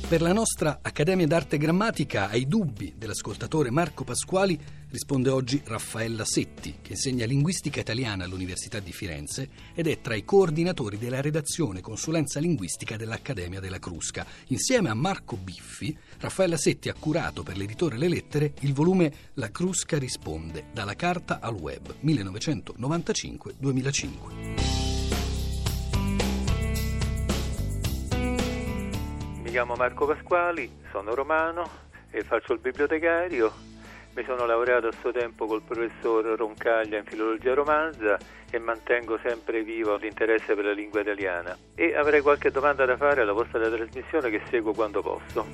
Per la nostra Accademia d'Arte Grammatica ai dubbi dell'ascoltatore Marco Pasquali risponde oggi Raffaella Setti, che insegna linguistica italiana all'Università di Firenze ed è tra i coordinatori della redazione consulenza linguistica dell'Accademia della Crusca. Insieme a Marco Biffi, Raffaella Setti ha curato per l'editore Le Lettere il volume La Crusca risponde, dalla carta al web, 1995-2005. Mi chiamo Marco Pasquali, sono romano e faccio il bibliotecario. Mi sono laureato a suo tempo col professor Roncaglia in filologia romanza e mantengo sempre vivo l'interesse per la lingua italiana. E avrei qualche domanda da fare alla vostra trasmissione che seguo quando posso.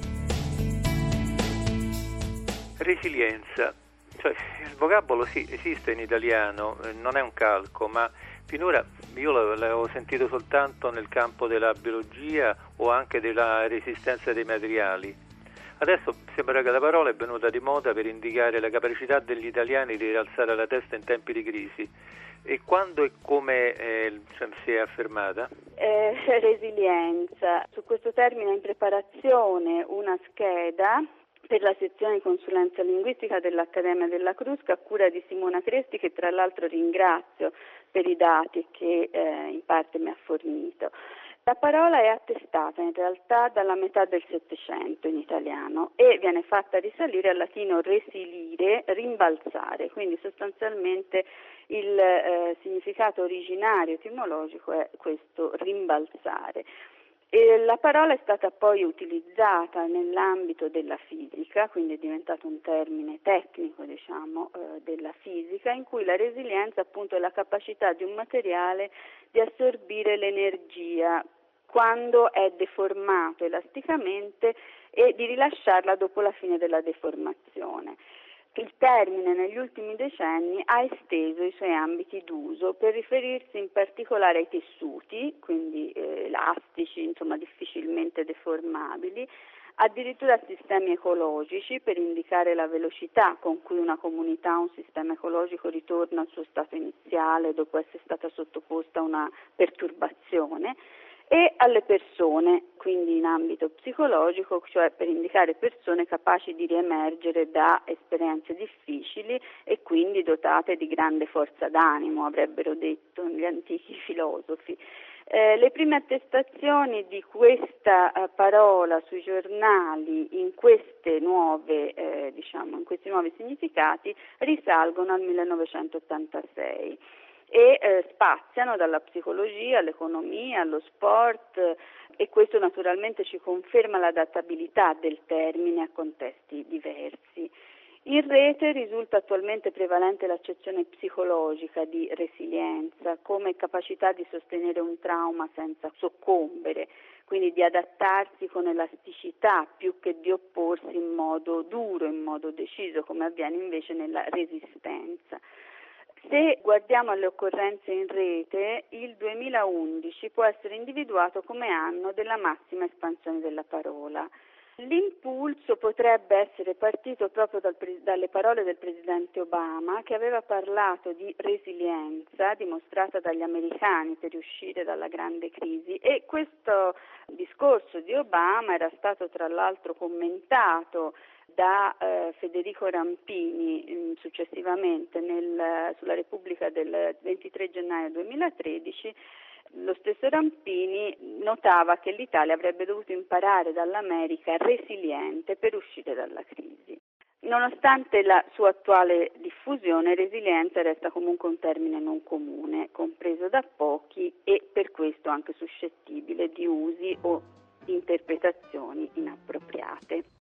Resilienza. Cioè, il vocabolo sì, esiste in italiano, non è un calco, ma finora io l'avevo sentito soltanto nel campo della biologia o anche della resistenza dei materiali. Adesso sembra che la parola è venuta di moda per indicare la capacità degli italiani di rialzare la testa in tempi di crisi. E quando e come si è affermata? Resilienza. Su questo termine è in preparazione una scheda per la sezione di consulenza linguistica dell'Accademia della Crusca a cura di Simona Cresti, che tra l'altro ringrazio per i dati che in parte mi ha fornito. La parola è attestata in realtà dalla metà del Settecento in italiano e viene fatta risalire al latino resilire, rimbalzare, quindi sostanzialmente il significato originario etimologico è questo, rimbalzare. E la parola è stata poi utilizzata nell'ambito della fisica, quindi è diventato un termine tecnico, della fisica, in cui la resilienza appunto è la capacità di un materiale di assorbire l'energia quando è deformato elasticamente e di rilasciarla dopo la fine della deformazione. Il termine negli ultimi decenni ha esteso i suoi ambiti d'uso per riferirsi in particolare ai tessuti, quindi elastici, difficilmente deformabili, addirittura a sistemi ecologici per indicare la velocità con cui una comunità o un sistema ecologico ritorna al suo stato iniziale dopo essere stata sottoposta a una perturbazione, e alle persone, quindi in ambito psicologico, cioè per indicare persone capaci di riemergere da esperienze difficili e quindi dotate di grande forza d'animo, avrebbero detto gli antichi filosofi. Le prime attestazioni di questa parola sui giornali in queste nuove, in questi nuovi significati risalgono al 1986. E spaziano dalla psicologia all'economia, allo sport, e questo naturalmente ci conferma l'adattabilità del termine a contesti diversi. In rete risulta attualmente prevalente l'accezione psicologica di resilienza come capacità di sostenere un trauma senza soccombere, quindi di adattarsi con elasticità più che di opporsi in modo duro, in modo deciso, come avviene invece nella resistenza. Se guardiamo alle occorrenze in rete, il 2011 può essere individuato come anno della massima espansione della parola. L'impulso potrebbe essere partito proprio dalle parole del presidente Obama, che aveva parlato di resilienza dimostrata dagli americani per uscire dalla grande crisi, e questo discorso di Obama era stato tra l'altro commentato da Federico Rampini successivamente sulla Repubblica del 23 gennaio 2013. Lo stesso Rampini notava che l'Italia avrebbe dovuto imparare dall'America resiliente per uscire dalla crisi. Nonostante la sua attuale diffusione, resilienza resta comunque un termine non comune, compreso da pochi e per questo anche suscettibile di usi o interpretazioni inappropriate.